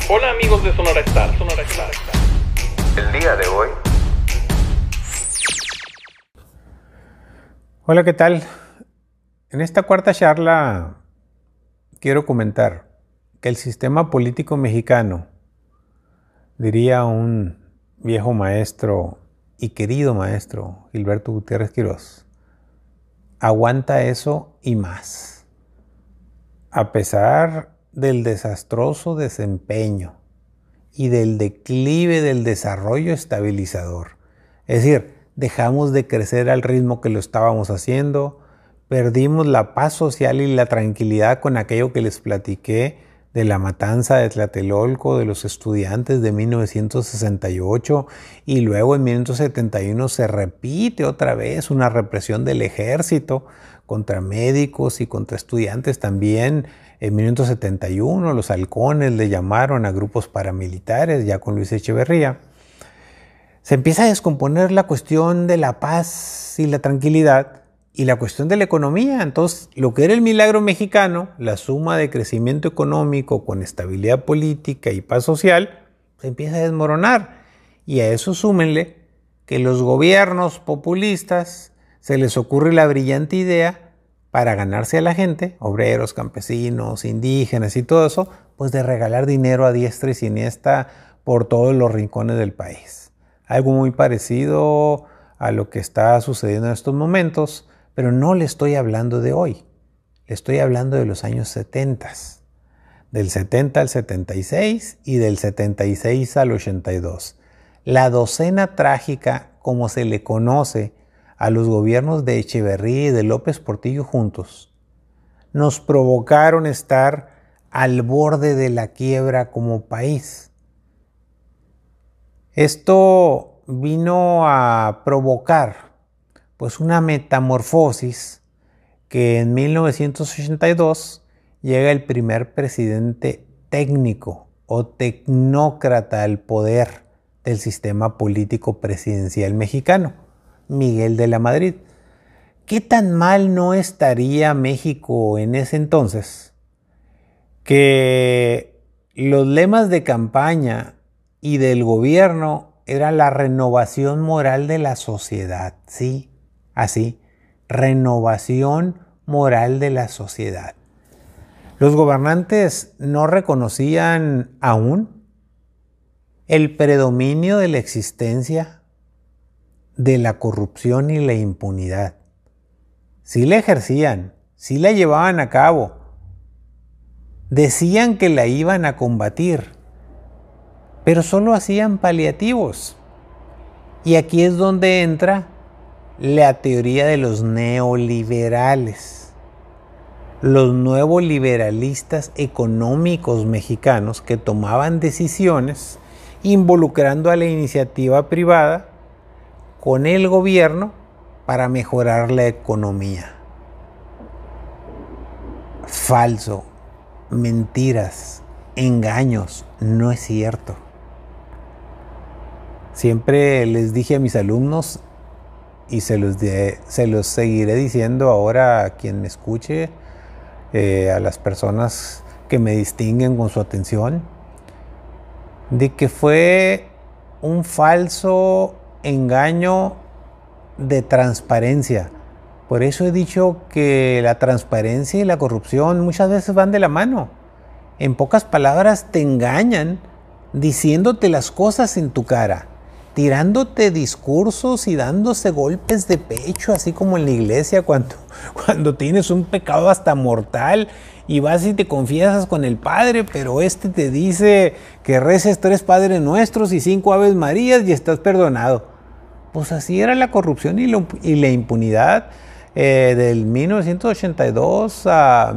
Hola amigos de Sonora Star. El día de hoy. Hola, ¿qué tal? En esta cuarta charla quiero comentar que el sistema político mexicano, diría un viejo maestro y querido maestro, Gilberto Gutiérrez Quirós, aguanta eso y más. A pesar del desastroso desempeño y del declive del desarrollo estabilizador. Es decir, dejamos de crecer al ritmo que lo estábamos haciendo, perdimos la paz social y la tranquilidad con aquello que les platiqué de la matanza de Tlatelolco de los estudiantes de 1968 y luego en 1971 se repite otra vez una represión del ejército contra médicos y contra estudiantes también. En 1971 los halcones le llamaron a grupos paramilitares ya con Luis Echeverría. Se empieza a descomponer la cuestión de la paz y la tranquilidad y la cuestión de la economía. Entonces, lo que era el milagro mexicano, la suma de crecimiento económico con estabilidad política y paz social, se empieza a desmoronar. Y a eso súmenle que los gobiernos populistas se les ocurre la brillante idea para ganarse a la gente, obreros, campesinos, indígenas y todo eso, pues de regalar dinero a diestra y siniestra por todos los rincones del país. Algo muy parecido a lo que está sucediendo en estos momentos, pero no le estoy hablando de hoy, le estoy hablando de los años 70, del 70 al 76 y del 76 al 82. La docena trágica, como se le conoce a los gobiernos de Echeverría y de López Portillo juntos, nos provocaron estar al borde de la quiebra como país. Esto vino a provocar pues una metamorfosis que en 1982 llega el primer presidente técnico o tecnócrata al poder del sistema político presidencial mexicano, Miguel de la Madrid. ¿Qué tan mal no estaría México en ese entonces que los lemas de campaña y del gobierno era la renovación moral de la sociedad? Sí, así, renovación moral de la sociedad. Los gobernantes no reconocían aún el predominio de la existencia de la corrupción y la impunidad. Sí la ejercían, sí la llevaban a cabo, decían que la iban a combatir, pero solo hacían paliativos. Y aquí es donde entra la teoría de los neoliberales, los nuevos liberalistas económicos mexicanos que tomaban decisiones involucrando a la iniciativa privada con el gobierno para mejorar la economía. Falso, mentiras, engaños, no es cierto. Siempre les dije a mis alumnos y se los seguiré diciendo ahora a quien me escuche, a las personas que me distinguen con su atención, de que fue un falso engaño de transparencia. Por eso he dicho que la transparencia y la corrupción muchas veces van de la mano. En pocas palabras, te engañan diciéndote las cosas en tu cara, tirándote discursos y dándose golpes de pecho, así como en la iglesia cuando tienes un pecado hasta mortal y vas y te confiesas con el Padre, pero te dice que reces 3 Padres Nuestros y 5 Aves Marías y estás perdonado. Pues así era la corrupción y la impunidad del 1982 a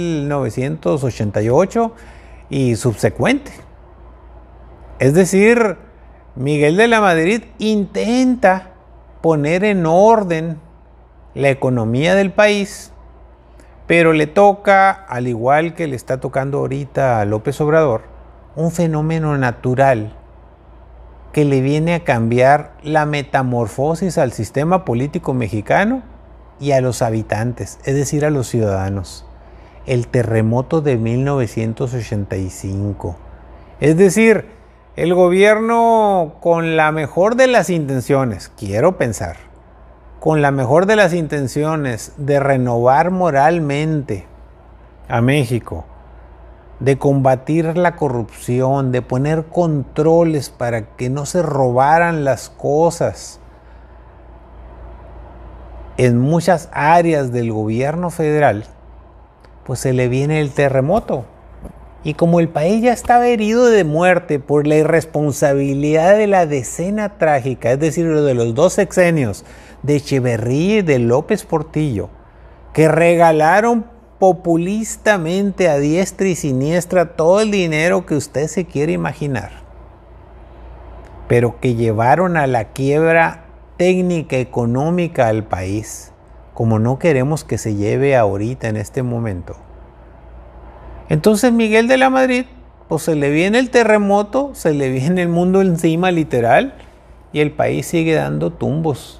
1988 y subsecuente. Es decir, Miguel de la Madrid intenta poner en orden la economía del país, pero le toca, al igual que le está tocando ahorita a López Obrador, un fenómeno natural que le viene a cambiar la metamorfosis al sistema político mexicano y a los habitantes, es decir, a los ciudadanos. El terremoto de 1985. Es decir, el gobierno con la mejor de las intenciones, quiero pensar, con la mejor de las intenciones de renovar moralmente a México, de combatir la corrupción, de poner controles para que no se robaran las cosas en muchas áreas del gobierno federal, pues se le viene el terremoto. Y como el país ya estaba herido de muerte por la irresponsabilidad de la decena trágica, es decir, lo de los 2 sexenios de Echeverría y de López Portillo, que regalaron populistamente a diestra y siniestra todo el dinero que usted se quiere imaginar, pero que llevaron a la quiebra técnica, económica al país, como no queremos que se lleve ahorita en este momento. Entonces Miguel de la Madrid, pues se le viene el terremoto, se le viene el mundo encima literal, y el país sigue dando tumbos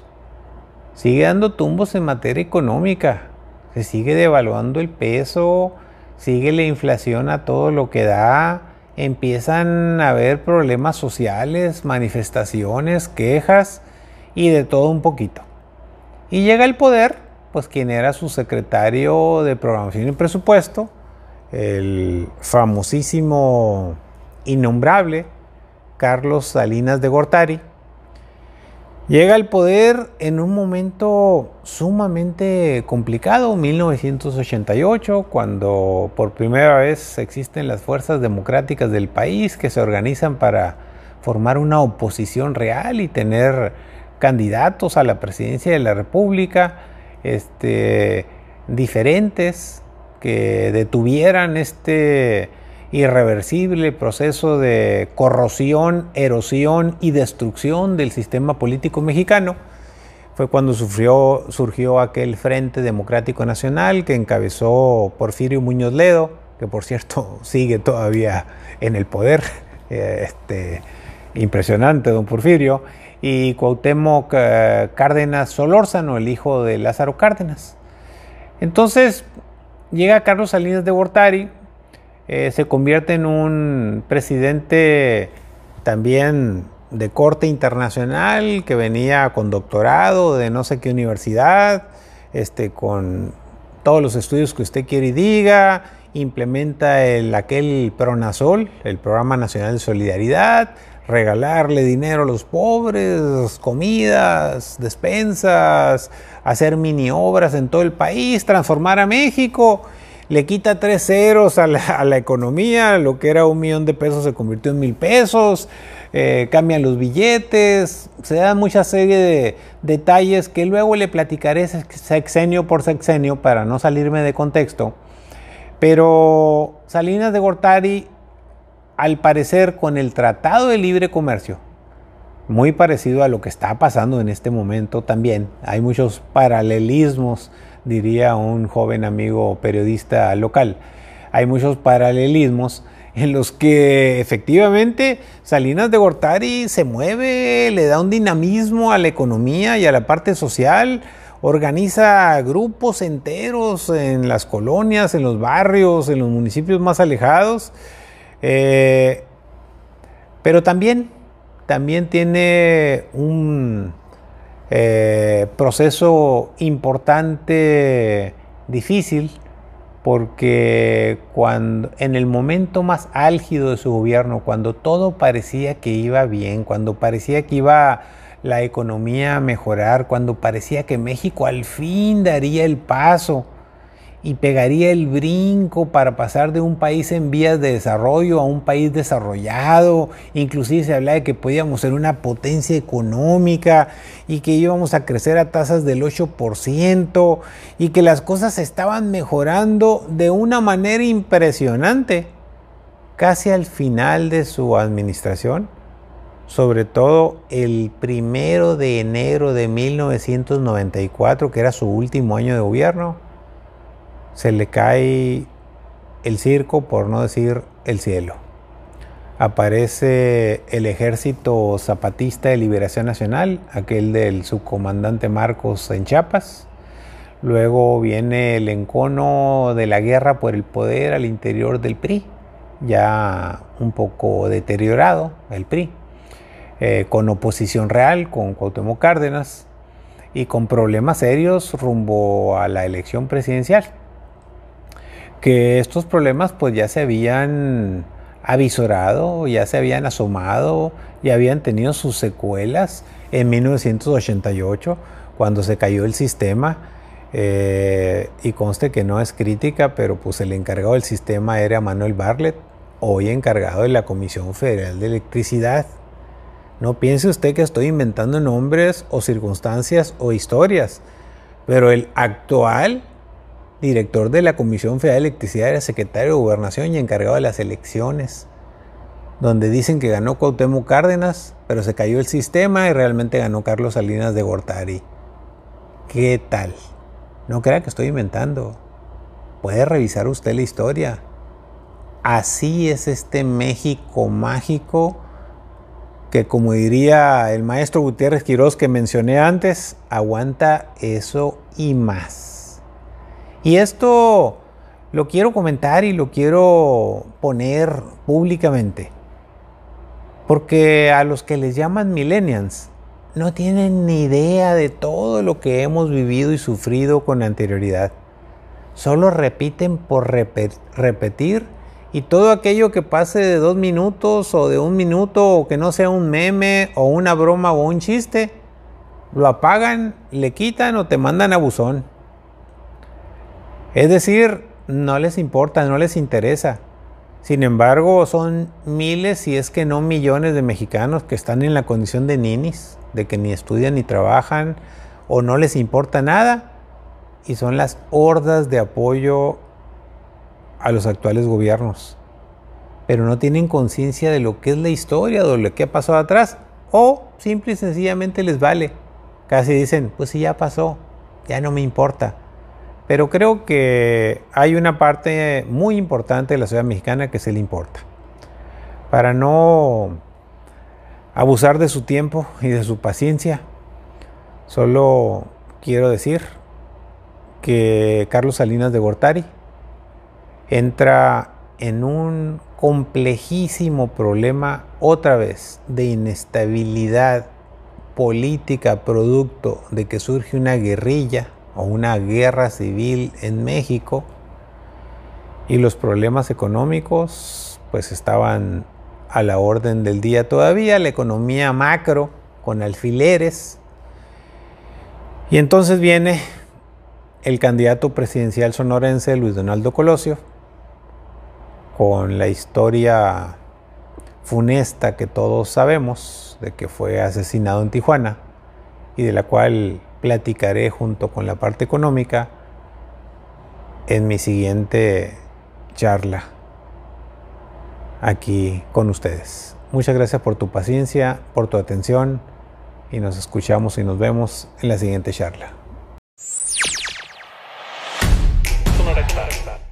en materia económica, se sigue devaluando el peso, sigue la inflación a todo lo que da, empiezan a haber problemas sociales, manifestaciones, quejas y de todo un poquito. Y llega al poder, pues quien era su secretario de Programación y Presupuesto, el famosísimo, innombrable Carlos Salinas de Gortari, llega al poder en un momento sumamente complicado, 1988, cuando por primera vez existen las fuerzas democráticas del país que se organizan para formar una oposición real y tener candidatos a la presidencia de la República, diferentes, que detuvieran este irreversible proceso de corrosión, erosión y destrucción del sistema político mexicano. Fue cuando surgió aquel Frente Democrático Nacional que encabezó Porfirio Muñoz Ledo, que por cierto sigue todavía en el poder, impresionante don Porfirio, y Cuauhtémoc Cárdenas Solórzano, el hijo de Lázaro Cárdenas. Entonces llega Carlos Salinas de Gortari, se convierte en un presidente también de corte internacional, que venía con doctorado de no sé qué universidad, con todos los estudios que usted quiere y diga, implementa aquel PRONASOL, el Programa Nacional de Solidaridad, regalarle dinero a los pobres, comidas, despensas, hacer mini obras en todo el país, transformar a México. Le quita 3 ceros a la economía, lo que era 1 millón de pesos se convirtió en 1,000 pesos, cambian los billetes, se dan mucha serie de detalles que luego le platicaré sexenio por sexenio para no salirme de contexto. Pero Salinas de Gortari, al parecer con el Tratado de Libre Comercio, muy parecido a lo que está pasando en este momento también, hay muchos paralelismos, diría un joven amigo periodista local, hay muchos paralelismos en los que efectivamente Salinas de Gortari se mueve, le da un dinamismo a la economía y a la parte social, organiza grupos enteros en las colonias, en los barrios, en los municipios más alejados, pero también tiene un proceso importante, difícil, porque en el momento más álgido de su gobierno, cuando todo parecía que iba bien, cuando parecía que iba la economía a mejorar, cuando parecía que México al fin daría el paso y pegaría el brinco para pasar de un país en vías de desarrollo a un país desarrollado, inclusive se hablaba de que podíamos ser una potencia económica y que íbamos a crecer a tasas del 8% y que las cosas estaban mejorando de una manera impresionante. Casi al final de su administración, sobre todo el 1 de enero de 1994, que era su último año de gobierno, se le cae el circo, por no decir el cielo. Aparece el Ejército Zapatista de Liberación Nacional, aquel del subcomandante Marcos en Chiapas. Luego viene el encono de la guerra por el poder al interior del PRI, ya un poco deteriorado, el PRI, con oposición real, con Cuauhtémoc Cárdenas y con problemas serios rumbo a la elección presidencial. Que estos problemas pues ya se habían avisorado, ya se habían asomado, ya habían tenido sus secuelas en 1988, cuando se cayó el sistema. Y conste que no es crítica, pero pues el encargado del sistema era Manuel Bartlett, hoy encargado de la Comisión Federal de Electricidad. No piense usted que estoy inventando nombres o circunstancias o historias, pero el actual director de la Comisión Federal de Electricidad era secretario de Gobernación y encargado de las elecciones, donde dicen que ganó Cuauhtémoc Cárdenas, pero se cayó el sistema y realmente ganó Carlos Salinas de Gortari. ¿Qué tal? No crea que estoy inventando. Puede revisar usted la historia. Así es este México mágico que, como diría el maestro Gutiérrez Quirós que mencioné antes, aguanta eso y más. Y esto lo quiero comentar y lo quiero poner públicamente, porque a los que les llaman millennials no tienen ni idea de todo lo que hemos vivido y sufrido con anterioridad. Solo repiten por repetir, y todo aquello que pase de 2 minutos o de 1 minuto o que no sea un meme o una broma o un chiste, lo apagan, le quitan o te mandan a buzón. Es decir, no les importa, no les interesa. Sin embargo, son miles, si es que no millones de mexicanos que están en la condición de ninis, de que ni estudian ni trabajan o no les importa nada, y son las hordas de apoyo a los actuales gobiernos. Pero no tienen conciencia de lo que es la historia, de lo que ha pasado atrás, o simple y sencillamente les vale. Casi dicen, pues si ya pasó, ya no me importa. Pero creo que hay una parte muy importante de la sociedad mexicana que se le importa. Para no abusar de su tiempo y de su paciencia, solo quiero decir que Carlos Salinas de Gortari entra en un complejísimo problema otra vez de inestabilidad política producto de que surge una guerrilla o una guerra civil en México, y los problemas económicos pues estaban a la orden del día todavía, la economía macro con alfileres. Y entonces viene el candidato presidencial sonorense Luis Donaldo Colosio, con la historia funesta que todos sabemos de que fue asesinado en Tijuana y de la cual platicaré junto con la parte económica en mi siguiente charla aquí con ustedes. Muchas gracias por tu paciencia, por tu atención, y nos escuchamos y nos vemos en la siguiente charla. Sonora Clara.